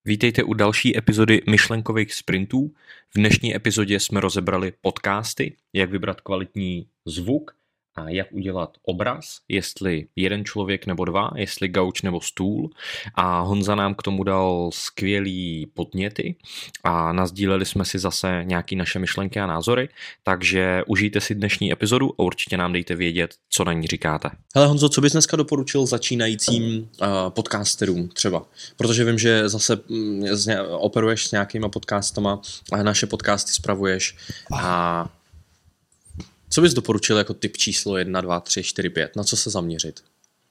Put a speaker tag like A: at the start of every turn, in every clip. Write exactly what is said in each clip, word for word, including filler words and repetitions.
A: Vítejte u další epizody myšlenkových sprintů. V dnešní epizodě jsme rozebrali podcasty, jak vybrat kvalitní zvuk a jak udělat obraz, jestli jeden člověk nebo dva, jestli gauč nebo stůl. A Honza nám k tomu dal skvělý podněty a nasdíleli jsme si zase nějaké naše myšlenky a názory, takže užijte si dnešní epizodu a určitě nám dejte vědět, co na ní říkáte. Hele Honzo, co bys dneska doporučil začínajícím uh, podcasterům třeba? Protože vím, že zase mm, operuješ s nějakýma podcastama a naše podcasty spravuješ a co bys doporučil jako typ číslo jedna, dva, tři, čtyři, pět? Na co se zaměřit?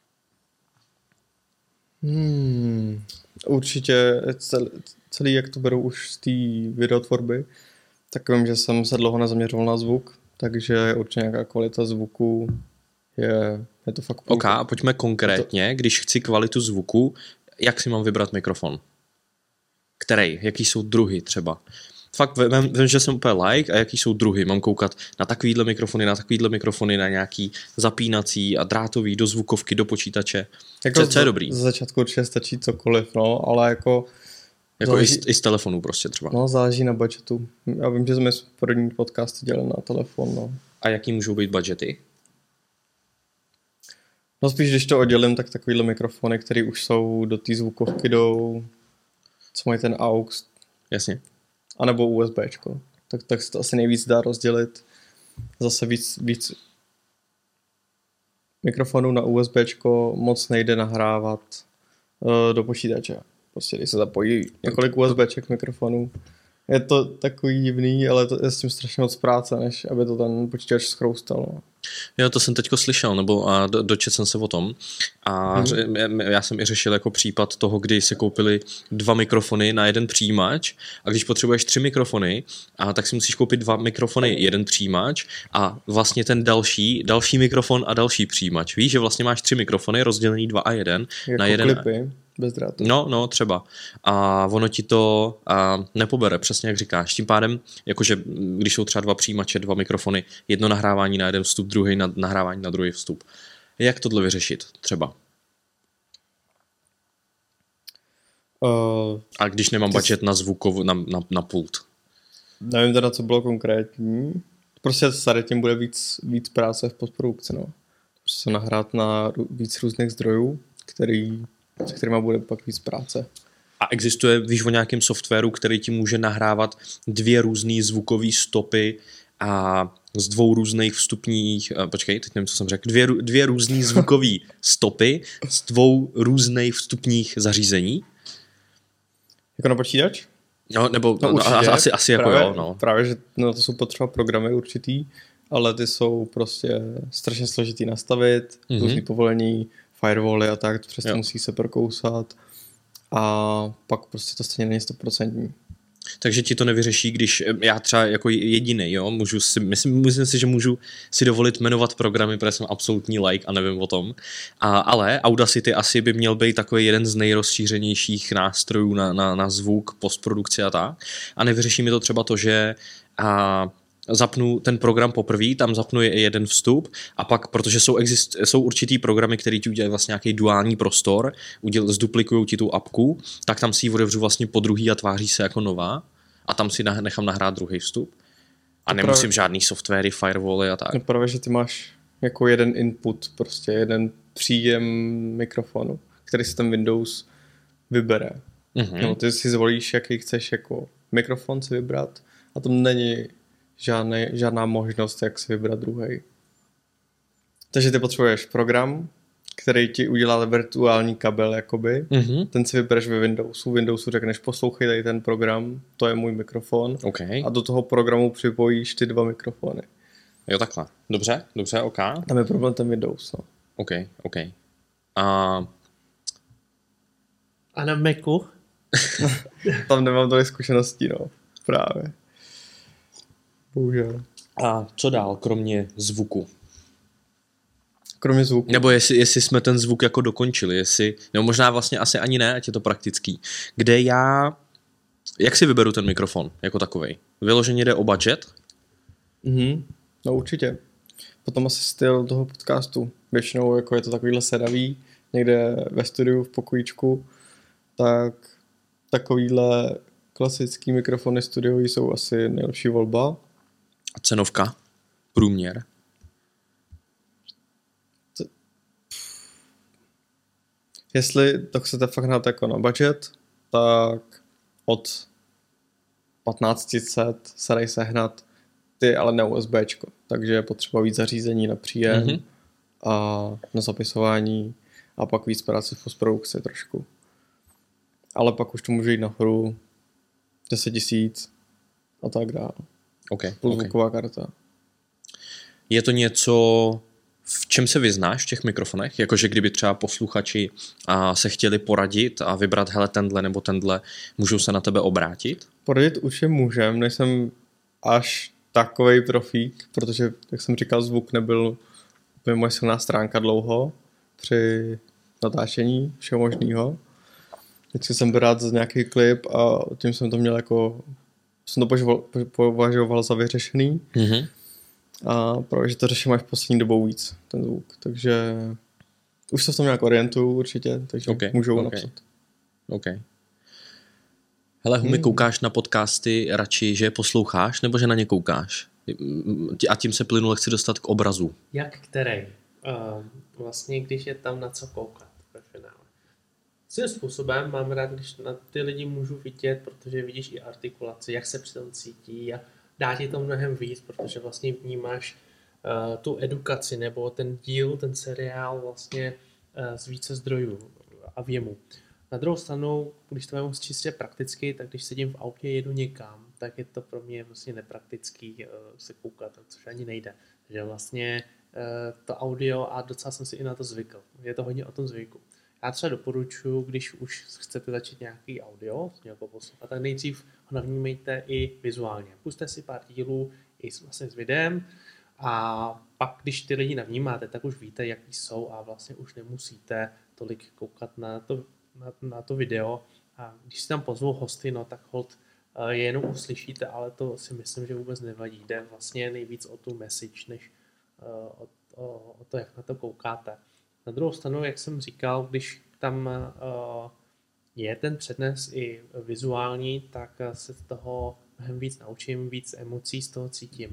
B: Hmm, určitě celý, celý, jak to berou už z té videotvorby, tak vím, že jsem se dlouho nezaměřoval na zvuk, takže určitě nějaká kvalita zvuku je, je to fakt...
A: Ok, a pojďme konkrétně, to... když chci kvalitu zvuku, jak si mám vybrat mikrofon? Který? Jaký jsou druhy třeba? Fakt vím, vím, že jsem úplně like a jaký jsou druhy. Mám koukat na takovýhle mikrofony, na takovýhle mikrofony, na nějaký zapínací a drátový do zvukovky, do počítače. Jako co, co je dobrý?
B: Za začátku určitě stačí cokoliv, no, ale jako...
A: Jako záleží, i, z, i z telefonu prostě třeba.
B: No, záleží na budgetu. Já vím, že jsme první podcasty dělali na telefon, no.
A: A jaký můžou být budgety?
B: No spíš, když to oddělím, tak takovýhle mikrofony, které už jsou do té zvukovky, jdou, co mají ten A U X.
A: Jasně.
B: A nebo USBčko. Tak, tak se to asi nejvíc dá rozdělit. Zase víc, víc mikrofonů na USBčko moc nejde nahrávat uh, do počítače. Prostě když se zapojí několik USBček mikrofonů. Je to takový divný, ale to je s tím strašně moc práce, než aby to ten počítač schroustal. No.
A: Jo, to jsem teďko slyšel, nebo a do, dočetl jsem se o tom. A hmm. já jsem i řešil jako případ toho, kdy se koupili dva mikrofony na jeden přijímač a když potřebuješ tři mikrofony, a tak si musíš koupit dva mikrofony, jeden přijímač a vlastně ten další, další mikrofon a další přijímač. Víš, že vlastně máš tři mikrofony, rozdělený dva a jeden.
B: Jako
A: na jeden
B: klipy. Bez drátu.
A: No, no, třeba. A ono ti to a, nepobere, přesně jak říkáš. Tím pádem, jakože když jsou třeba dva přijímače, dva mikrofony, jedno nahrávání na jeden vstup, druhý na, nahrávání na druhý vstup. Jak tohle vyřešit třeba? Uh, A když nemám budget jsi... na zvukov, na, na, na pult?
B: Nevím teda, co bylo konkrétní. Prostě tady tím bude víc, víc práce v postprodukci, no. Prostě se nahrát na víc různých zdrojů, který... se kterýma bude pak víc práce.
A: A existuje, víš o nějakém softwaru, který ti může nahrávat dvě různé zvukové stopy a z dvou různých vstupních, počkej, teď nevím, co jsem řekl, dvě, dvě různé zvukové stopy z dvou různých vstupních zařízení?
B: Jako na počítač?
A: No, nebo no, určitě, no, asi, asi
B: právě,
A: jako jo, no.
B: Právě, že no, to jsou potřeba programy určitý, ale ty jsou prostě strašně složitý nastavit, mm-hmm. různý povolení, firewally a tak, přesto musí se prokousat a pak prostě to stejně není stoprocentní.
A: Takže ti to nevyřeší, když já třeba jako jedinej, jo, můžu si, myslím, myslím si, že můžu si dovolit jmenovat programy, protože jsem absolutní like a nevím o tom, a, ale Audacity asi by měl být takový jeden z nejrozšířenějších nástrojů na, na, na zvuk, postprodukci a tak, a nevyřeší mi to třeba to, že a, zapnu ten program poprvé, tam zapnu jeden vstup a pak, protože jsou, exist, jsou určitý programy, které ti udělají vlastně nějaký duální prostor, uděl, zduplikují ti tu apku, tak tam si ji otevřu vlastně po druhý a tváří se jako nová a tam si nechám nahrát druhý vstup. A nemusím právě, žádný softwary, firewally a tak.
B: No právě, že ty máš jako jeden input, prostě jeden příjem mikrofonu, který si ten Windows vybere. Mm-hmm. No, ty si zvolíš, jaký chceš jako mikrofon si vybrat a tam není Žádný, žádná možnost, jak si vybrat druhý. Takže ty potřebuješ program, který ti udělá virtuální kabel, jakoby. Mm-hmm. Ten si vybereš ve Windowsu. Windowsu řekneš, poslouchej tady ten program, to je můj mikrofon.
A: Okay.
B: A do toho programu připojíš ty dva mikrofony.
A: Jo, takhle. Dobře, dobře, ok.
B: Tam je problém ten Windows, no.
A: Ok, ok. A,
C: A na Macu?
B: Tam nemám tolik zkušeností, no. Právě. Bohužel.
A: A co dál, kromě zvuku?
B: Kromě zvuku?
A: Nebo jestli, jestli jsme ten zvuk jako dokončili, jestli, nebo možná vlastně asi ani ne, ať je to praktický. Kde já, jak si vyberu ten mikrofon jako takovej? Vyloženě jde o budget?
B: Mhm, no určitě. Potom asi styl toho podcastu. Většinou jako je to takovýhle sedavý, někde ve studiu v pokojíčku, tak takovýhle klasický mikrofony studiový jsou asi nejlepší volba.
A: A cenovka? Průměr?
B: To... Jestli to chcete fakt hrát jako na budget, tak od patnáct set se dají sehnat ty, ale na USBčko. Takže je potřeba víc zařízení na příjem mm-hmm. a na zapisování a pak víc práce v postprodukci trošku. Ale pak už to může jít nahoru deset tisíc a tak dále.
A: Okay,
B: Plus
A: okay.
B: zvuková karta.
A: Je to něco, v čem se vyznáš v těch mikrofonech? Jakože kdyby třeba posluchači a se chtěli poradit a vybrat hele tenhle nebo tenhle, můžou se na tebe obrátit?
B: Poradit určitě můžem, nejsem až takovej profík, protože, jak jsem říkal, zvuk nebyl úplně moje silná stránka dlouho při natáčení všeho možného. Vždycky jsem byl rád za nějaký klip a tím jsem to měl jako, jsem to považoval, považoval za vyřešený. Mm-hmm. A právě, že to řeším až v poslední dobou víc, ten zvuk. Takže už se v tom nějak orientuju určitě, takže okay, můžou okay. napsat.
A: OK. Hele, Humi, hmm. koukáš na podcasty radši, že je posloucháš, nebo že na ně koukáš? A tím se plynule chci dostat k obrazu.
C: Jak který? Uh, vlastně, když je tam na co koukat ve finále. Svým způsobem mám rád, když na ty lidi můžu vidět, protože vidíš i artikulaci, jak se při tom cítí a dá ti to mnohem víc, protože vlastně vnímáš uh, tu edukaci nebo ten díl, ten seriál vlastně uh, z více zdrojů a věmu. Na druhou stranu, když to mám čistě prakticky, tak když sedím v autě, jedu někam, tak je to pro mě vlastně nepraktický uh, se koukat, což ani nejde. Takže vlastně uh, to audio a docela jsem si i na to zvykl. Je to hodně o tom zvyku. Já třeba doporučuji, když už chcete začít nějaký audio, nějakou poslouchat, tak nejdřív ho navnímejte i vizuálně. Puste si pár dílů i vlastně s videem a pak, když ty lidi navnímáte, tak už víte, jaký jsou a vlastně už nemusíte tolik koukat na to, na, na to video. A když si tam pozvou hosty, no tak hold je jenom uslyšíte, ale to si myslím, že vůbec nevadí. Jde vlastně nejvíc o tu message, než o, o, o to, jak na to koukáte. Na druhou stranu, jak jsem říkal, když tam uh, je ten přednes i vizuální, tak se z toho mnohem víc naučím, víc emocí z toho cítím.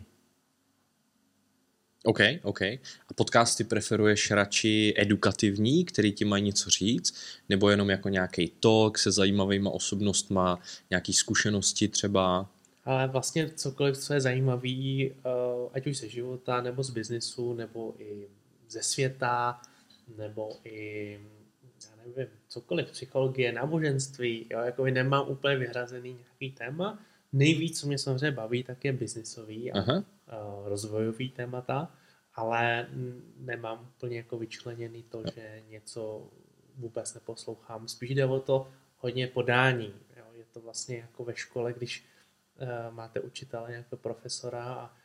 A: OK, OK. A podcasty preferuješ radši edukativní, který ti mají něco říct, nebo jenom jako nějaký talk se zajímavýma osobnostma, nějaký zkušenosti třeba?
C: Ale vlastně cokoliv, co je zajímavý, uh, ať už ze života, nebo z biznesu, nebo i ze světa, nebo i, já nevím, cokoliv, psychologie, náboženství, jo, jako nemám úplně vyhrazený nějaký téma. Nejvíc, co mě samozřejmě baví, tak je biznisový a uh, rozvojový témata, ale nemám úplně jako vyčleněný to, jo. že něco vůbec neposlouchám. Spíš jde o to hodně podání. Jo. Je to vlastně jako ve škole, když uh, máte učitele, nějakého profesora a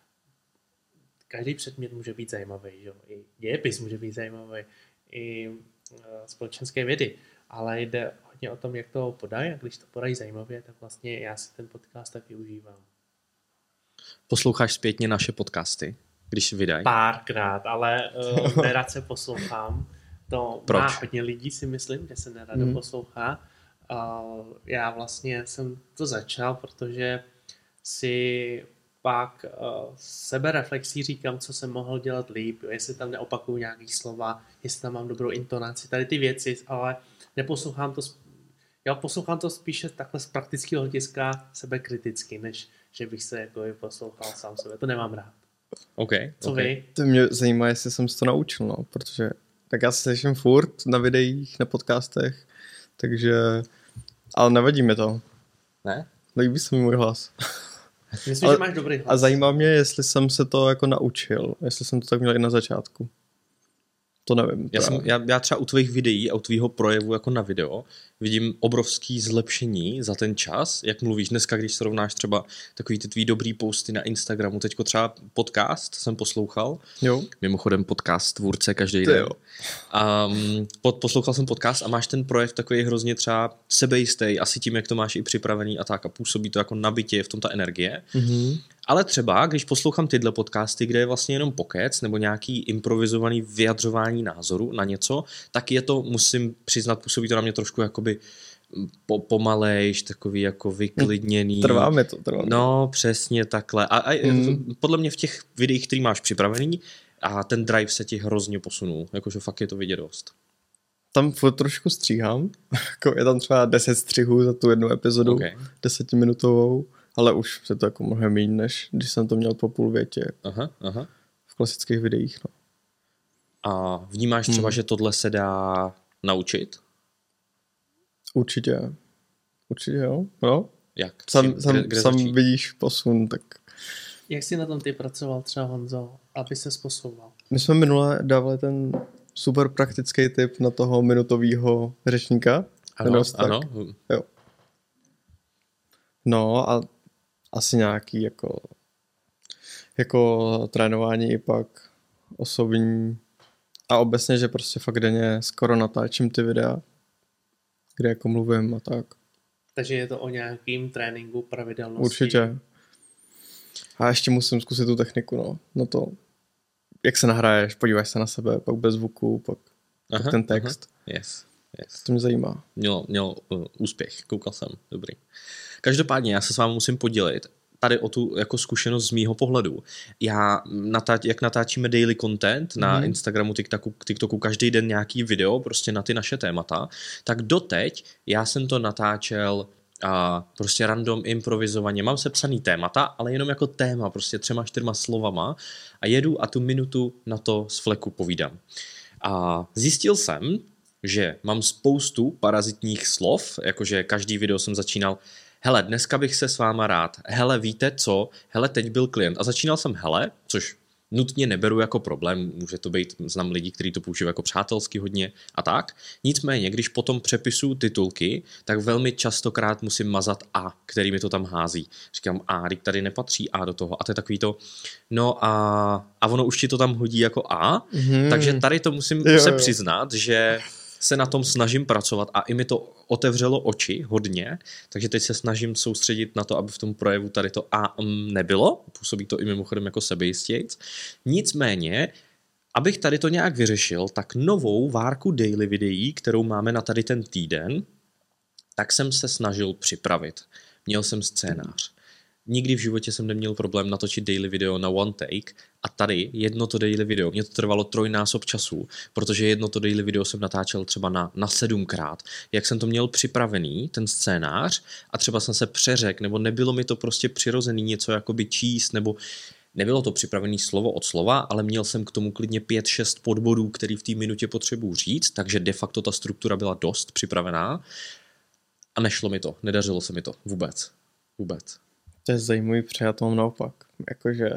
C: každý předmět může být zajímavý, jo. I dějepis může být zajímavý, i uh, společenské vědy, ale jde hodně o tom, jak to podají a když to podají zajímavě, tak vlastně já si ten podcast tak využívám.
A: Posloucháš zpětně naše podcasty, když vydají?
C: Párkrát, ale uh, nerad se poslouchám. To
A: Proč?
C: Má hodně lidí, si myslím, že se nerado mm. poslouchá. Uh, já vlastně jsem to začal, protože si pak uh, sebereflexí říkám, co jsem mohl dělat líp, jo, jestli tam neopakuju nějaký slova, jestli tam mám dobrou intonaci, tady ty věci, ale neposlouchám to, já poslouchám to spíše takhle z praktického hlediska sebekriticky, než že bych se jako poslouchal sám sebe, to nemám rád.
A: Okay,
C: co
A: okay.
C: vy?
B: To mě zajímá, jestli jsem se to naučil, no, protože tak já se slyším furt na videích, na podcastech, takže, ale nevadí mi to.
A: Ne?
B: Líbí se mi můj hlas.
C: Myslím,
B: ale,
C: že máš dobrý hlas.
B: A zajímá mě, jestli jsem se to jako naučil, jestli jsem to tak měl i na začátku. To nevím.
A: Já, jsem, já, já třeba u tvých videí a u tvýho projevu jako na video vidím obrovský zlepšení za ten čas, jak mluvíš dneska, když srovnáš třeba takový ty tvý dobrý posty na Instagramu, teďko třeba podcast jsem poslouchal,
B: jo.
A: Mimochodem podcast tvůrce každý den. Um, pod, poslouchal jsem podcast a máš ten projev takový hrozně třeba sebejistý, asi tím, jak to máš i připravený a tak a působí to jako nabitě, je v tom ta energie. Mm-hmm. Ale třeba, když poslouchám tyhle podcasty, kde je vlastně jenom pokec nebo nějaký improvizovaný vyjadřování názoru na něco, tak je to, musím přiznat, působí to na mě trošku jakoby po, pomalejš, takový jako vyklidněný.
B: Trvá mi to, trvá.
A: No, přesně takhle. A, a mm. podle mě v těch videích, který máš připravený, a ten drive se ti hrozně posunul. Jakože fakt je to vidět dost.
B: Tam furt trošku stříhám. Je tam třeba deset střihů za tu jednu epizodu, okay. desetiminutovou, ale už se to jako mnohem méně, než když jsem to měl po půl větě.
A: Aha, aha.
B: V klasických videích, no.
A: A vnímáš třeba, hmm. že tohle se dá naučit?
B: Určitě. Určitě jo. No.
A: Jak?
B: Sam, sam, kde, kde sam vidíš posun, tak...
C: Jak jsi na tom ty pracoval třeba, Honzo, aby se posouval?
B: My jsme minule dávali ten super praktický tip na toho minutového řečníka.
A: Ano, ano.
B: Jo. No a asi nějaký jako jako trénování i pak osobní a obecně, že prostě fakt denně skoro natáčím ty videa, kde jako mluvím a tak.
C: Takže je to o nějakým tréninku pravidelnosti?
B: Určitě. A ještě musím zkusit tu techniku, no. No to, jak se nahraješ, podíváš se na sebe, pak bez zvuku, pak, aha, pak ten text.
A: Aha. Yes, yes.
B: To mě zajímá.
A: Mělo, mělo uh, úspěch, koukal jsem, dobrý. Každopádně já se s vámi musím podělit tady o tu jako zkušenost z mýho pohledu. Já, natáč, jak natáčíme daily content na mm. Instagramu, TikToku, TikToku každý den nějaký video prostě na ty naše témata, tak doteď já jsem to natáčel a prostě random improvizovaně. Mám sepsaný témata, ale jenom jako téma, prostě třema, čtyřma slovama a jedu a tu minutu na to z fleku povídám. A zjistil jsem, že mám spoustu parazitních slov, jakože každý video jsem začínal hele, dneska bych se s váma rád, hele, víte co, hele, teď byl klient a začínal jsem hele, což nutně neberu jako problém, může to být, znám lidi, kteří to používají jako přátelsky hodně a tak. Nicméně, když potom přepisuju titulky, tak velmi častokrát musím mazat a, který mi to tam hází. Říkám a, teď tady nepatří a do toho a to je takový to, no a, a ono už ti to tam hodí jako a, mm. takže tady to musím jo, se jo. přiznat, že se na tom snažím pracovat a i mi to otevřelo oči hodně, takže teď se snažím soustředit na to, aby v tom projevu tady to a um, nebylo, působí to i mimochodem jako sebejistějc. Nicméně, abych tady to nějak vyřešil, tak novou várku daily videí, kterou máme na tady ten týden, tak jsem se snažil připravit. Měl jsem scénář. Nikdy v životě jsem neměl problém natočit daily video na one take a tady jedno to daily video, mě to trvalo trojnásob času, protože jedno to daily video jsem natáčel třeba na, na sedmkrát. Jak jsem to měl připravený, ten scénář a třeba jsem se přeřekl, nebo nebylo mi to prostě přirozený něco jakoby číst, nebo nebylo to připravený slovo od slova, ale měl jsem k tomu klidně pět šest podbodů, který v té minutě potřebuji říct, takže de facto ta struktura byla dost připravená a nešlo mi to, nedařilo se mi to vůbec, vůbec.
B: To je zajímavý, protože já to mám naopak. Jakože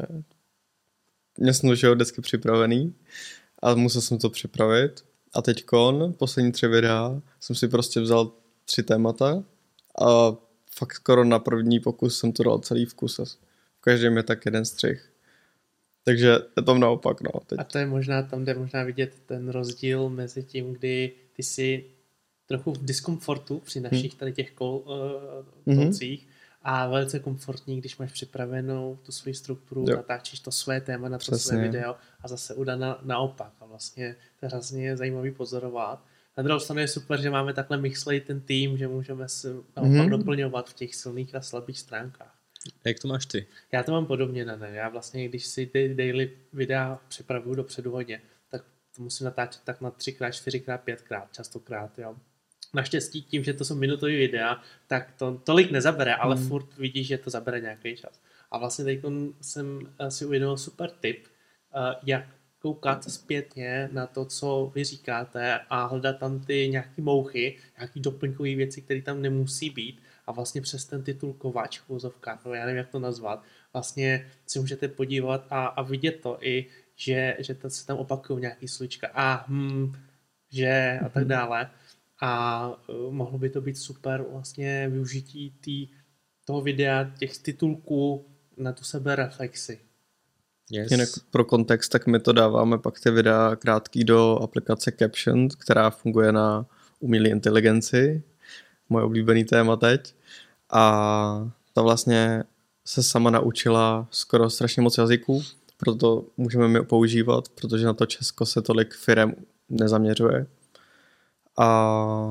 B: mě jsem došel vždycky připravený a musel jsem to připravit. A teďkon, poslední tři videa, jsem si prostě vzal tři témata a fakt skoro na první pokus jsem to dal celý v kuse. V každém je tak jeden střih. Takže je to naopak, no. Teď.
C: A to je možná, tam jde možná vidět ten rozdíl mezi tím, kdy ty jsi trochu v diskomfortu při našich tady těch kol, uh, kolcích, mm-hmm. a velice komfortní, když máš připravenou tu svoji strukturu, jo. natáčíš to své téma na to Přesně. své video a zase udá na, naopak. A vlastně to je hrozně zajímavý pozorovat. Na druhou stranu je super, že máme takhle mixlej ten tým, že můžeme se naopak mm-hmm. doplňovat v těch silných a slabých stránkách.
A: Jak to máš ty?
C: Já to mám podobně, ne, ne. Já vlastně, když si ty daily videa připravuju dopředu hodně, tak to musím natáčet tak na třikrát, čtyřikrát, pětkrát, častokrát, jo. Naštěstí tím, že to jsou minutový videa, tak to tolik nezabere, ale hmm. furt vidíš, že to zabere nějaký čas. A vlastně teď jsem si uvědomil super tip, jak koukat zpětně na to, co vy říkáte a hledat tam ty nějaký mouchy, nějaký doplňkové věci, které tam nemusí být a vlastně přes ten titulkovač v vozovkách, no já nevím, jak to nazvat, vlastně si můžete podívat a, a vidět to i, že, že se tam opakují nějaký slovíčka a hm, že a tak dále. A uh, mohlo by to být super vlastně využití tý, toho videa, těch titulků na tu sebereflexi.
B: Yes. Jinak pro kontext, tak my to dáváme pak ty videa krátký do aplikace Caption, která funguje na umělé inteligenci, moje oblíbený téma teď. A ta vlastně se sama naučila skoro strašně moc jazyků, proto můžeme my používat, protože na to Česko se tolik firem nezaměřuje. A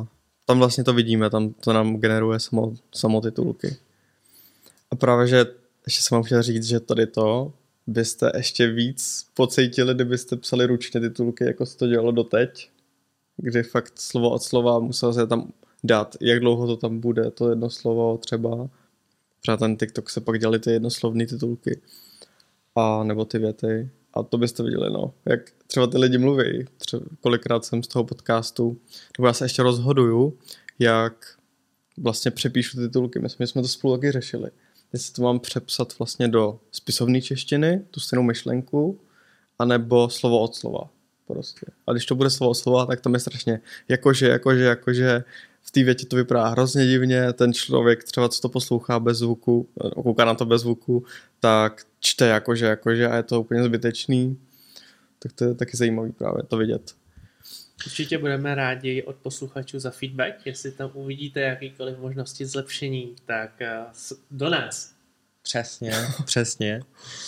B: tam vlastně to vidíme, tam to nám generuje samo, samo titulky. A právě, že ještě jsem vám chtěl říct, že tady to byste ještě víc pocítili, kdybyste psali ručně titulky, jako se to dělalo doteď, kdy fakt slovo od slova musel se tam dát, jak dlouho to tam bude, to jedno slovo třeba. Třeba ten TikTok se pak dělali ty jednoslovné titulky. A nebo ty věty. A to byste viděli, no. Jak třeba ty lidi mluví. Třeba kolikrát jsem z toho podcastu, nebo já se ještě rozhoduju, jak vlastně přepíšu ty titulky. My jsme, my jsme to spolu taky řešili. Jestli to mám přepsat vlastně do spisovné češtiny, tu stejnou myšlenku, anebo slovo od slova. Prostě. A když to bude slovo od slova, tak tam je strašně jakože, jakože, jakože v té větě to vypadá hrozně divně, ten člověk třeba, co to poslouchá bez zvuku, kouká na to bez zvuku, tak čte jakože, jakože a je to úplně zbytečný. Tak to je taky zajímavý právě to vidět.
C: Určitě budeme rádi od posluchačů za feedback, jestli tam uvidíte jakýkoliv možnosti zlepšení, tak do nás.
A: Přesně, přesně.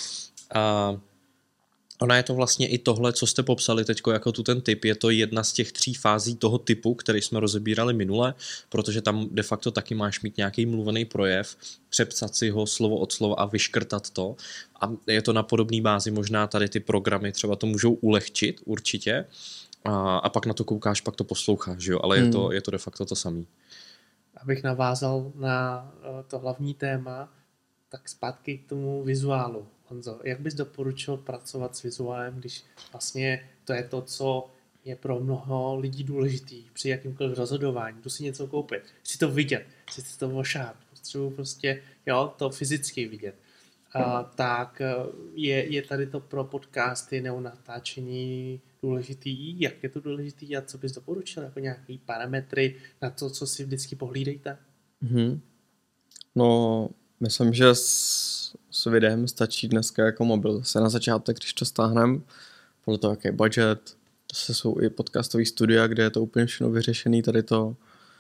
A: A ona je to vlastně i tohle, co jste popsali teď jako tu ten typ, je to jedna z těch tří fází toho typu, který jsme rozebírali minule, protože tam de facto taky máš mít nějaký mluvený projev, přepsat si ho slovo od slova a vyškrtat to. A je to na podobné bázi, možná tady ty programy třeba to můžou ulehčit určitě a, a pak na to koukáš, pak to posloucháš, jo? Ale hmm. je, to, je to de facto to samý.
C: Abych navázal na to hlavní téma, tak zpátky k tomu vizuálu. Honzo, jak bys doporučil pracovat s vizuálem, když vlastně to je to, co je pro mnoho lidí důležitý při jakýmkoliv rozhodování, tu si něco koupit, chci to vidět, chci si to ošát, potřebuji prostě jo, to fyzicky vidět. A, tak je, je tady to pro podcasty nebo natáčení důležitý, jak je to důležitý a co bys doporučil, jako nějaký parametry na to, co si vždycky pohlídejte?
B: Mm-hmm. No, myslím, že s, s videem stačí dneska jako mobil. Zase na začátek, když to stáhneme, podle toho, jaký budget, zase jsou i podcastový studia, kde je to úplně všechno vyřešený, tady to.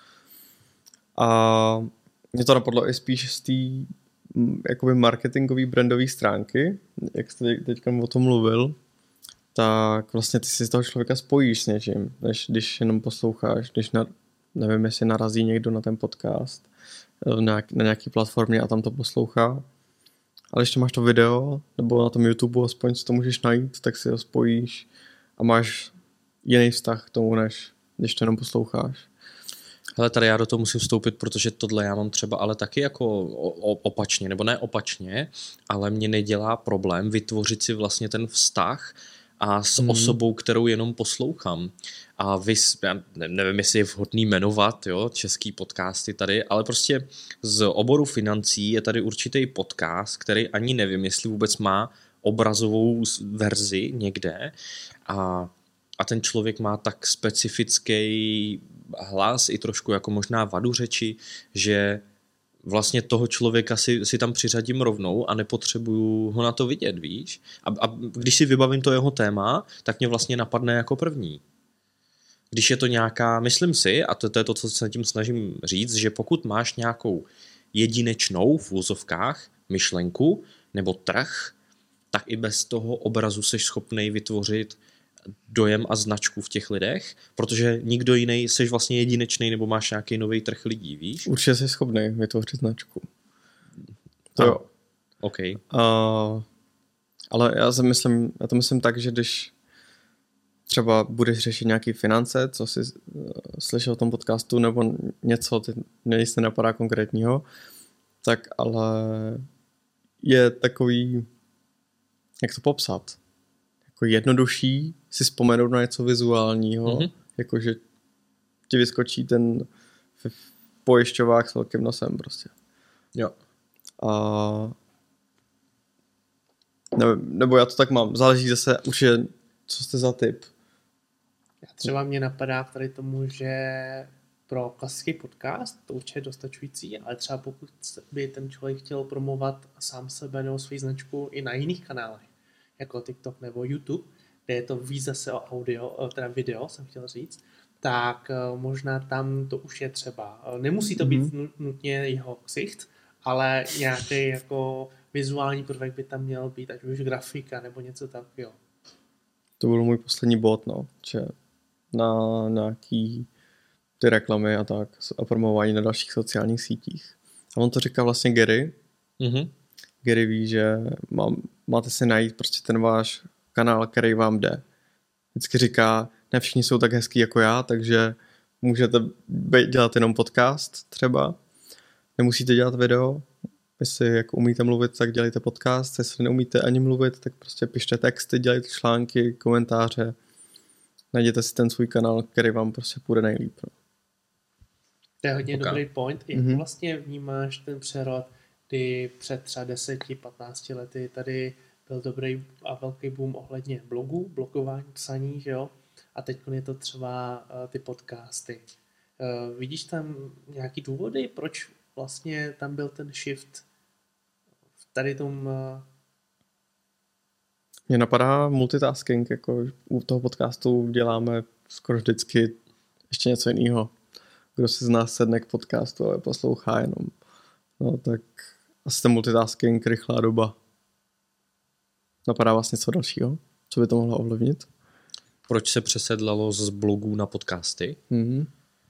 B: A mě to napadlo i spíš z té jakoby marketingové brandové stránky, jak jste teďka o tom mluvil, tak vlastně ty si z toho člověka spojíš s něčím, než když jenom posloucháš, když na, nevím, jestli narazí někdo na ten podcast, na nějaké platformě a tam to poslouchá. Ale když to máš to video, nebo na tom YouTube, aspoň si to můžeš najít, tak si ho spojíš a máš jiný vztah k tomu, než když to jenom posloucháš.
A: Hele, tady já do toho musím vstoupit, protože tohle já mám třeba ale taky jako opačně, nebo ne opačně, ale mě nedělá problém vytvořit si vlastně ten vztah a s hmm. osobou, kterou jenom poslouchám. A vy, já nevím, jestli je vhodný jmenovat, jo, český podcasty tady, ale prostě z oboru financí je tady určitý podcast, který ani nevím, jestli vůbec má obrazovou verzi někde a, a ten člověk má tak specifický hlas i trošku jako možná vadu řeči, že vlastně toho člověka si, si tam přiřadím rovnou a nepotřebuju ho na to vidět, víš? A, a když si vybavím to jeho téma, tak mě vlastně napadne jako první. Když je to nějaká, myslím si, a to, to je to, co se tím snažím říct, že pokud máš nějakou jedinečnou v úzovkách myšlenku nebo trh, tak i bez toho obrazu seš schopnej vytvořit dojem a značku v těch lidech, protože nikdo jiný, seš vlastně jedinečný nebo máš nějaký nový trh lidí, víš?
B: Určitě jsi schopný vytvořit značku. To
A: ah,
B: jo.
A: OK.
B: Uh, ale já, si myslím, já to myslím tak, že když třeba budeš řešit nějaký finance, co jsi uh, slyšel o tom podcastu, nebo něco, ty mě se napadá konkrétního, tak ale je takový, jak to popsat, jako jednodušší si vzpomenout na něco vizuálního, mm-hmm. jakože ti vyskočí ten pojišťovák s velkým nosem prostě.
A: Jo.
B: A nevím, nebo já to tak mám, záleží zase určitě, co jste za typ.
C: Já třeba mě napadá tady tomu, že pro klasický podcast to určitě je dostačující, ale třeba pokud by ten člověk chtěl promovat sám sebe nebo svou značku i na jiných kanálech, jako TikTok nebo YouTube, kde je to víc zase o audio, teda video, jsem chtěl říct, tak možná tam to už je třeba. Nemusí to být mm-hmm. nutně jeho ksicht, ale nějaký jako vizuální prvek by tam měl být, ať už grafika nebo něco takového.
B: To byl můj poslední bod, no, že na nějaký ty reklamy a tak a promování na dalších sociálních sítích. A on to říká vlastně Gary.
A: Mm-hmm.
B: Gary ví, že mám, máte si najít prostě ten váš kanál, který vám jde. Vždycky říká, ne všichni jsou tak hezký jako já, takže můžete dělat jenom podcast třeba. Nemusíte dělat video. Jestli jako umíte mluvit, tak dělejte podcast. Jestli neumíte ani mluvit, tak prostě pište texty, dělejte články, komentáře. Najděte si ten svůj kanál, který vám prostě půjde nejlíp.
C: To je hodně
A: okay.
C: dobrý point. Jak mm-hmm. vlastně vnímáš ten přerod, kdy před třeba deseti patnácti lety tady byl dobrý a velký boom ohledně blogů, blogování, psaní, že jo? A teď je to třeba uh, ty podcasty. Uh, vidíš tam nějaký důvody, proč vlastně tam byl ten shift v tady tom... Uh...
B: Mně napadá multitasking, jako u toho podcastu děláme skoro vždycky ještě něco jiného. Kdo si z nás sedne k podcastu, ale poslouchá jenom. No tak asi ten multitasking, rychlá doba. Napadá vás něco dalšího? Co by to mohlo ovlivnit?
A: Proč se přesedlalo z blogů na podcasty?
B: Mm-hmm.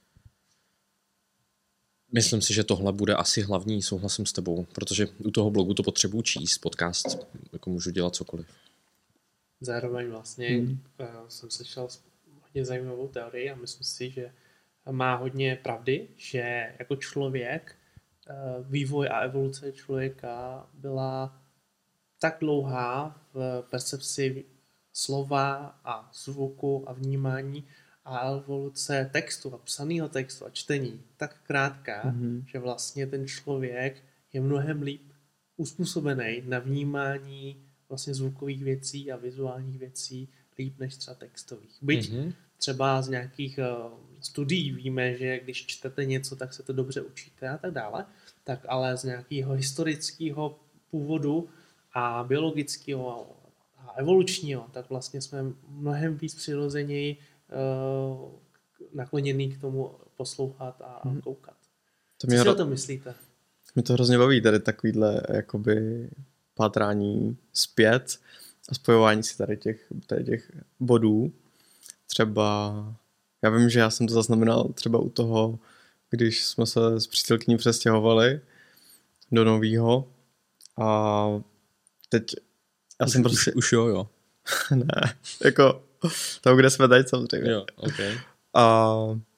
A: Myslím si, že tohle bude asi hlavní, souhlasím s tebou, protože u toho blogu to potřebuji číst, podcast, jako můžu dělat cokoliv.
C: Zároveň vlastně mm. uh, jsem slyšel hodně zajímavou teorii a myslím si, že má hodně pravdy, že jako člověk uh, vývoj a evoluce člověka byla tak dlouhá v percepci slova a zvuku a vnímání a evoluce textu a psaného textu a čtení tak krátká, mm-hmm. že vlastně ten člověk je mnohem líp uspůsobený na vnímání vlastně zvukových věcí a vizuálních věcí líp než třeba textových. Byť mm-hmm. třeba z nějakých uh, studií víme, že když čtete něco, tak se to dobře učíte a tak dále, tak ale z nějakého historického původu a biologického a evolučního, tak vlastně jsme mnohem víc přirozeněji uh, nakloněný k tomu poslouchat a hmm. koukat. To Co si o tom myslíte?
B: Mě to hrozně baví, tady takovýhle jakoby pátrání zpět a spojování si tady těch, tady těch bodů. Třeba, já vím, že já jsem to zaznamenal třeba u toho, když jsme se s přítelkyní přestěhovali do novýho a teď já
A: už,
B: jsem prostě...
A: Už, už jo, jo.
B: Ne, jako tam, kde jsme teď samozřejmě.
A: Jo, okay.
B: A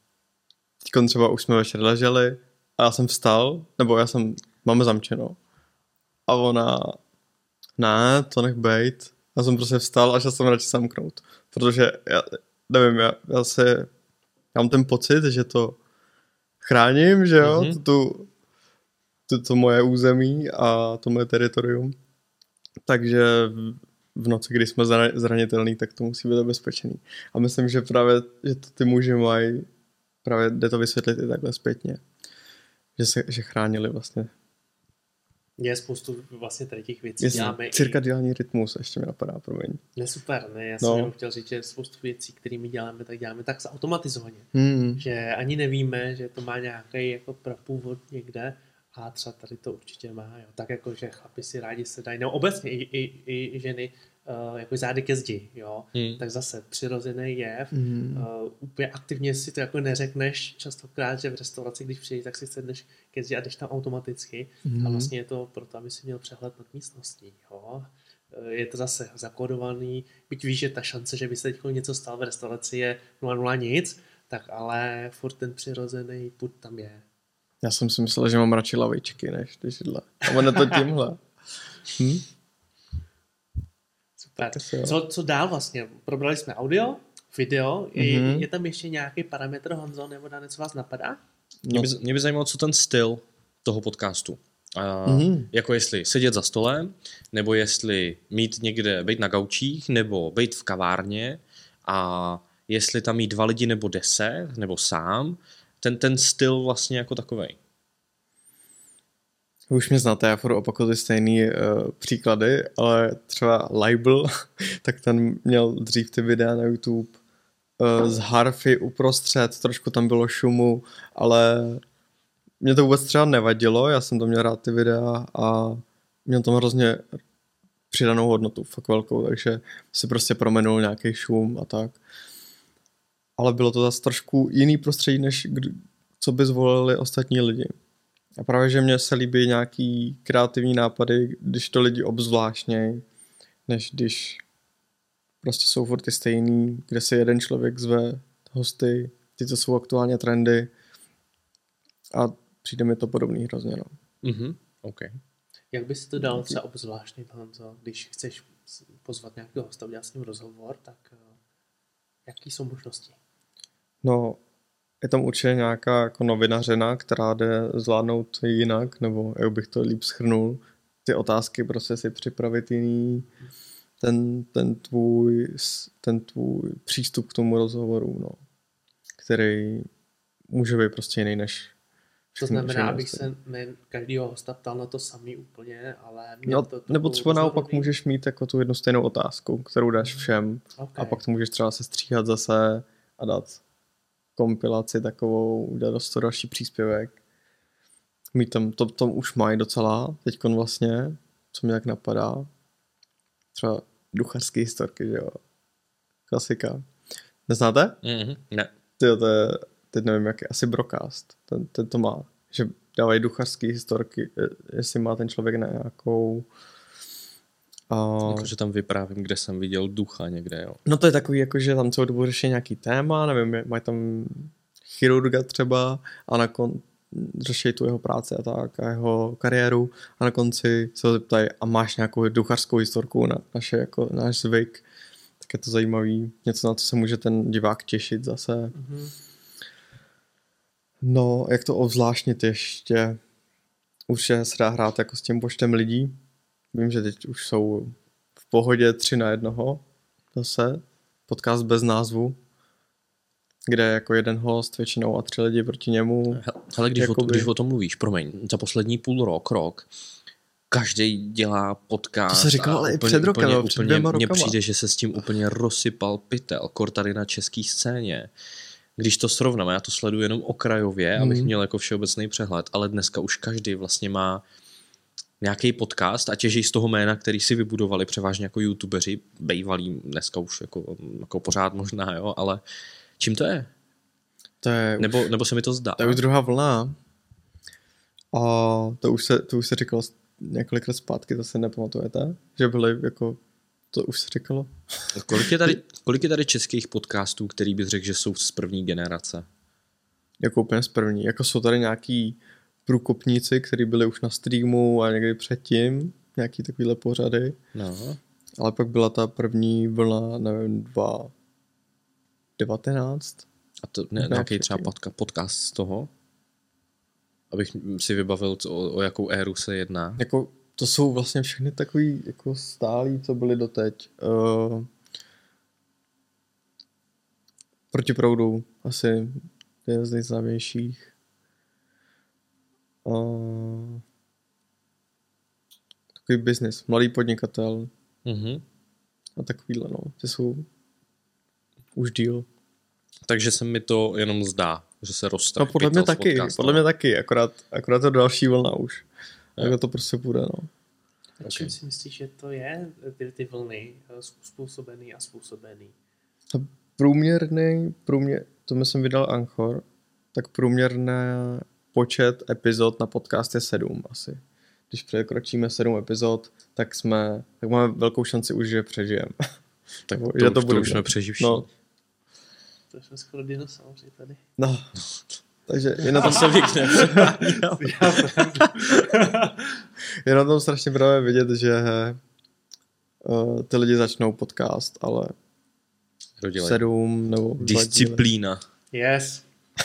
B: teď třeba už jsme večer leželi a já jsem vstal, nebo já jsem, máme zamčeno. A ona, ne, to nech bejt. Já jsem prostě vstal a šel jsem radši zamknout. Protože já, nevím, já, já se, já mám ten pocit, že to chráním, že jo, mm-hmm. tu, tu, to moje území a to moje teritorium. Takže v noci, kdy jsme zranitelní, tak to musí být zabezpečený. A myslím, že právě, že to ty muži mají, právě jde to vysvětlit i takhle zpětně. Že se že chránili vlastně.
C: Je spoustu vlastně tady těch věcí.
B: Jestli, děláme cirkadiální i... rytmus, ještě mi napadá, promiň.
C: Ne, super, ne, já jsem
B: no.
C: jenom chtěl říct, že spoustu věcí, kterými děláme, tak děláme tak automatizovaně.
B: Hmm.
C: Že ani nevíme, že to má nějaký jako prapůvod někde, a třeba tady to určitě má, jo. Tak jako, že chlapi si rádi se dají, no obecně i, i, i ženy uh, jako zády ke zdi, jo, hmm. tak zase přirozený jev, hmm. uh, úplně aktivně si to jako neřekneš častokrát, že v restauraci, když přijdeš, tak si sedneš ke zdi a jdeš tam automaticky hmm. a vlastně je to proto, aby si měl přehled nad místností, jo. Je to zase zakódovaný, byť víš, že ta šance, že by se teď něco stalo v restauraci je nula nula nic, tak ale furt ten přirozený pud tam je.
B: Já jsem si myslel, že mám radši lavičky, než ty židle. A ono to tímhle. Hm?
C: Super. Co, co dál vlastně? Probrali jsme audio, video. Mm-hmm. Je, je tam ještě nějaký parametr, Honzo, nebo Dane, co vás napadá?
A: No. Mě, by, mě by zajímalo, co ten styl toho podcastu. A mm-hmm. Jako jestli sedět za stolem, nebo jestli mít někde, být na gaučích, nebo být v kavárně a jestli tam mít dva lidi nebo deset, nebo sám. Ten, ten styl vlastně jako takovej.
B: Už mě znáte, já furt opakuju ty stejný uh, příklady, ale třeba Libel, tak ten měl dřív ty videa na YouTube uh, z harfy uprostřed, trošku tam bylo šumu, ale mě to vůbec třeba nevadilo, já jsem to měl rád ty videa a měl tam hrozně přidanou hodnotu, fakt velkou, takže si prostě promenul nějaký šum a tak. ale bylo to zase trošku jiný prostředí, než kdy, co by zvolili ostatní lidi. A právě, že mně se líbí nějaký kreativní nápady, když to lidi obzvláštnějí, než když prostě jsou furt ty stejný, kde se jeden člověk zve hosty, ty, co jsou aktuálně trendy a přijde mi to podobný hrozně, no.
A: Mhm, OK.
C: Jak bys to dal třeba obzvláštně, Honzo, když chceš pozvat nějakého hosta, udělat s ním rozhovor, tak uh, jaký jsou možnosti?
B: No, je tam určitě nějaká jako novinařina, která jde zvládnout jinak, nebo jak bych to líp shrnul, ty otázky prostě si připravit jiný, ten, ten, tvůj, ten tvůj přístup k tomu rozhovoru, no, který může být prostě jiný než
C: to znamená, abych se ne každýho hosta ptal na to samý úplně, ale...
B: No,
C: to, to
B: nebo třeba naopak můžeš mít jako tu jednu stejnou otázku, kterou dáš všem, okay. A pak to můžeš třeba se stříhat zase a dát kompilaci takovou, udělat dost další příspěvek. Mít tam, to, to už mají docela, teďkon vlastně, co mi tak napadá. Třeba duchařský historky, že jo. Klasika. Neznáte?
A: Mm-hmm, ne.
B: Tyjo, to je, teď nevím, jak je, asi Brocast. Ten, ten to má, že dávají duchařský historky, jestli má ten člověk na nějakou... A...
A: Jakože tam vyprávím, kde jsem viděl ducha někde, jo.
B: No to je takový, jako, že tam celou dobu řeší nějaký téma, nevím, mají tam chirurga třeba a na kon... řeší tu jeho práci a tak a jeho kariéru a na konci se ho zeptají a máš nějakou duchařskou historku na naše, jako náš zvyk, tak je to zajímavý, něco, na co se může ten divák těšit zase. Mm-hmm. No, jak to obzvláštnit ještě, určitě se dá hrát jako s tím počtem lidí. Vím, že teď už jsou v pohodě tři na jednoho zase, podcast bez názvu, kde je jako jeden host většinou a tři lidi proti němu.
A: Hele, když, jakoby... o, když o tom mluvíš, promiň, za poslední půl rok, rok, každý dělá podcast.
B: To se říkalo ale i před rokem,
A: úplně,
B: před dvěma rokama.
A: Mně přijde, že se s tím úplně rozsypal pytel, kor tady na české scéně. Když to srovnáme, já to sleduju jenom okrajově, hmm. abych měl jako všeobecný přehled, ale dneska už každý vlastně má nějaký podcast a těží z toho jména, který si vybudovali převážně jako youtubeři, bejvalí, dneska už jako, jako pořád možná, jo, ale čím to je?
B: To je
A: nebo,
B: už,
A: nebo se mi to zdá?
B: To je už druhá vlna. A to už se, to už se říkalo několik let zpátky, to se nepamatujete? Že byly jako, to už se říkalo.
A: Kolik je tady, kolik je tady českých podcastů, který bys řekl, že jsou z první generace?
B: Jako úplně z první. Jako jsou tady nějaký průkopníci, kteří byli už na streamu a někdy předtím, nějaký takovýhle pořady.
A: No.
B: Ale pak byla ta první vlna, nevím, dva devatenáct.
A: A to ne, nějaký třeba podka, podcast z toho? Abych si vybavil, co, o, o jakou éru se jedná.
B: Jako, to jsou vlastně všechny takový jako stálí, co byly doteď. Uh, Proti proudu asi je z nejznámějších. Uh, takový business, mladý podnikatel.
A: Mm-hmm.
B: A takovýhle, no. Ty jsou už díl.
A: Takže se mi to jenom zdá, že se roste.
B: No podle mě taky, podcast, podle mě taky, akorát, akorát to další vlna už. Jak to prostě půjde, no.
C: A čím si myslíš, že to je, ty, ty vlny způsobený a způsobený?
B: A průměrný, průměr, to my jsem vydal Anchor, tak průměrný počet epizod na podcast je sedm asi. Když překročíme sedm epizod, tak jsme, tak máme velkou šanci už, že přežijeme.
A: Tak to, že to, už, to už jsme přeživší. No.
C: To jsme skoro dinosauři tady.
B: No, takže je na tom
A: se vykne.
B: je na tom strašně právě vidět, že uh, ty lidi začnou podcast, ale
A: Rodilej.
B: sedm nebo
A: disciplína.
C: Yes.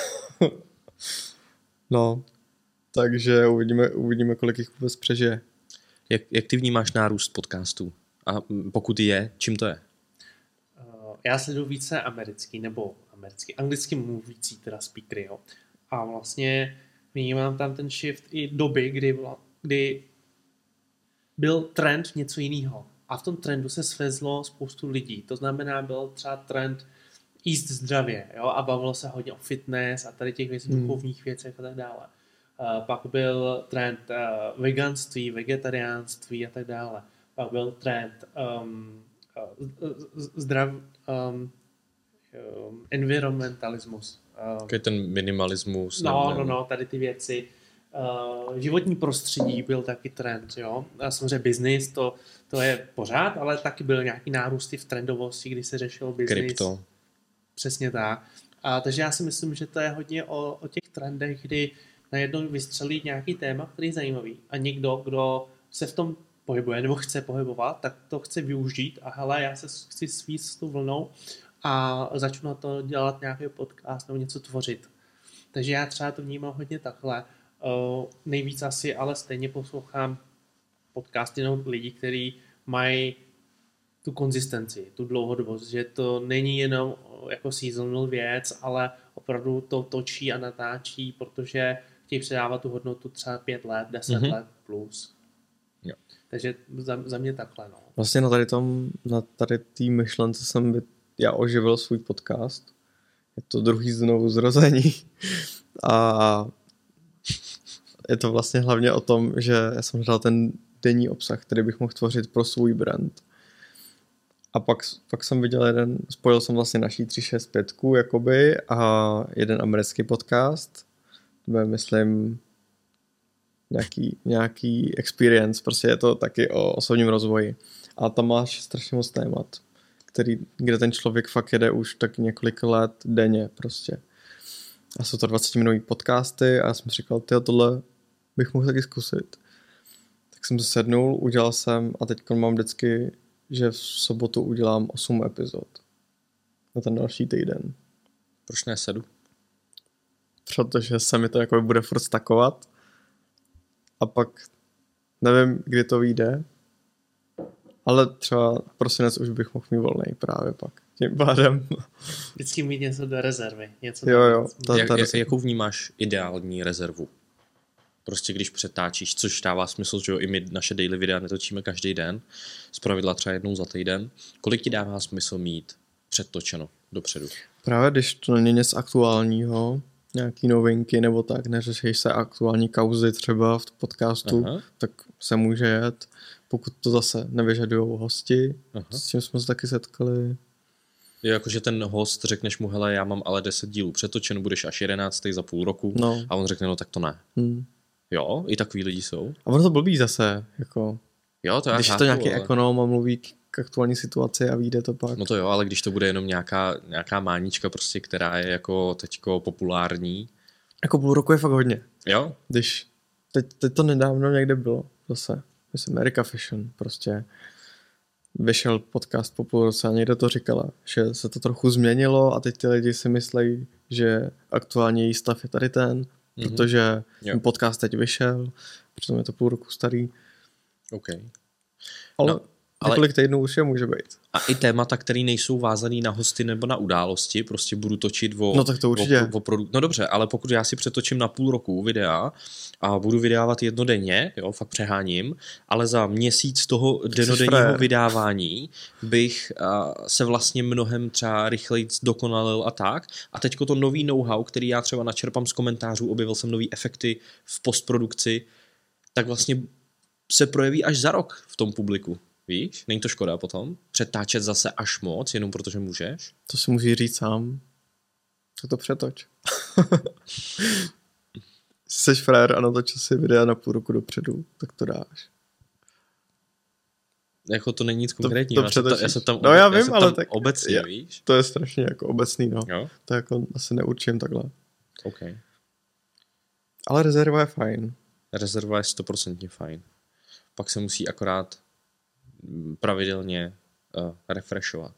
B: No, takže uvidíme, uvidíme, kolik jich vůbec přežije.
A: Jak, jak ty vnímáš nárůst podcastů? A pokud je, čím to je?
C: Uh, já sleduju více americký, nebo americký, anglicky mluvící teda speakery, jo. A vlastně vnímám tam ten shift i doby, kdy, vla, kdy byl trend něco jiného. A v tom trendu se svezlo spoustu lidí. To znamená, byl třeba trend jíst zdravě, jo, a bavilo se hodně o fitness a tady těch věcí, hmm. duchovních věcech a tak dále. Uh, pak byl trend uh, veganství, vegetariánství a tak dále. Pak byl trend um, uh, zdrav, um, um, environmentalismus.
A: Takový ten minimalismus.
C: No,
A: nebo...
C: no, no, tady ty věci. Uh, životní prostředí byl taky trend, jo. A samozřejmě business, to, to je pořád, ale taky byl nějaký nárůsty v trendovosti, kdy se řešil business.
A: Krypto.
C: Přesně tak. A, takže já si myslím, že to je hodně o, o těch trendech, kdy najednou vystřelí nějaký téma, který je zajímavý. A někdo, kdo se v tom pohybuje nebo chce pohybovat, tak to chce využít a hele, já se chci svíst s tou vlnou a začnu na to dělat nějaký podcast nebo něco tvořit. Takže já třeba to vnímám hodně takhle. Uh, nejvíc asi, ale stejně poslouchám podcasty jenom lidí, kteří mají tu konzistenci, tu dlouhodobost, že to není jenom jako seasonal věc, ale opravdu to točí a natáčí, protože chtějí předávat tu hodnotu třeba pět let, deset mm-hmm. let plus.
A: Jo.
C: Takže za, za mě takhle, no.
B: Vlastně na tady tom, na tady té myšlence jsem by, já oživil svůj podcast. Je to druhý znovu zrození. A je to vlastně hlavně o tom, že já jsem hledal ten denní obsah, který bych mohl tvořit pro svůj brand. A pak, pak jsem viděl jeden, spojil jsem vlastně naší tři šest pět jakoby a jeden americký podcast. To bude, myslím, nějaký, nějaký experience, prostě je to taky o osobním rozvoji. A tam máš strašně moc témat, který, kde ten člověk fakt jede už tak několik let denně prostě. A jsou to dvacetiminutový podcasty a já jsem říkal, tyjo, tohle bych mohl taky zkusit. Tak jsem se sednul, udělal jsem a teď mám vždycky, že v sobotu udělám osm epizod. Na ten další týden.
A: Proč ne sedm?
B: Protože se mi to jako bude furt stakovat. A pak nevím, kdy to vyjde. Ale třeba prosinec už bych mohl mít volnej právě pak. Tím pádem.
C: Vždycky mít něco do rezervy. Něco
B: jo, jo.
A: Ta, Jak, ta jakou vnímáš ideální rezervu? Prostě když přetáčíš, což dává smysl, že jo, i my naše daily videa netočíme každý den, zpravidla třeba jednou za týden. Kolik ti dává smysl mít předtočeno dopředu?
B: Právě když to není něco aktuálního, nějaký novinky nebo tak, neřešíš se aktuální kauzy třeba v podcastu, aha, tak se může jet. Pokud to zase nevyžadujou hosti, aha, s tím jsme se taky setkali.
A: Je jakože ten host, řekneš mu, hele, já mám ale deset dílů přetočen, budeš až jedenáctý za půl roku,
B: no,
A: a on řekne, no tak to ne.
B: Hmm.
A: Jo, i takový lidi jsou.
B: A ono to blbý zase, jako,
A: jo, to já
B: když
A: chápu,
B: to nějaký
A: ale...
B: ekonom a mluví k aktuální situaci a vyjde to pak.
A: No to jo, ale když to bude jenom nějaká, nějaká mánička prostě, která je jako teďko populární.
B: Jako půl roku je fakt hodně.
A: Jo.
B: Když, teď, teď to nedávno někde bylo zase, myslím America Fashion, prostě vyšel podcast po půl roce a někde to říkala, že se to trochu změnilo a teď ty lidi si myslejí, že aktuální její stav je tady ten, mm-hmm, protože ten podcast teď vyšel, přitom je to půl roku starý.
A: OK.
B: Ale
A: no,
B: několik
A: ale...
B: týdnů už je může být.
A: A i témata, které nejsou vázaný na hosty nebo na události, prostě budu točit o...
B: No tak to určitě.
A: O, o produ... No dobře, ale pokud já si přetočím na půl roku videa a budu vydávat jednodenně, jo, fakt přeháním, ale za měsíc toho denodenního vydávání bych a, se vlastně mnohem třeba rychleji dokonalil a tak. A teďko to nový know-how, který já třeba načerpám z komentářů, objevil jsem nový efekty v postprodukci, tak vlastně se projeví až za rok v tom publiku. Víš? Není to škoda potom? Přetáčet zase až moc, jenom protože můžeš?
B: To si musí říct sám. Tak to přetoč. Jsi frér a natočil si videa na půl roku dopředu, tak to dáš.
A: Jako to není nic konkrétního.
B: To, to
A: já, já jsem tam,
B: no já
A: já
B: vím,
A: jsem
B: ale
A: tam
B: tak
A: obecně,
B: je,
A: víš?
B: To je strašně jako obecný, no.
A: Jo?
B: To jako asi neurčím takhle.
A: OK.
B: Ale rezerva je fajn.
A: Rezerva je stoprocentně fajn. Pak se musí akorát pravidelně uh, refreshovat.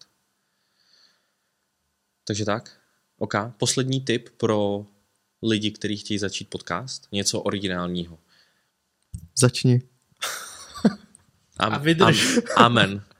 A: Takže tak. OK. Poslední tip pro lidi, kteří chtějí začít podcast. Něco originálního.
B: Začni.
A: Am,
C: a vydrž.
A: Am, amen.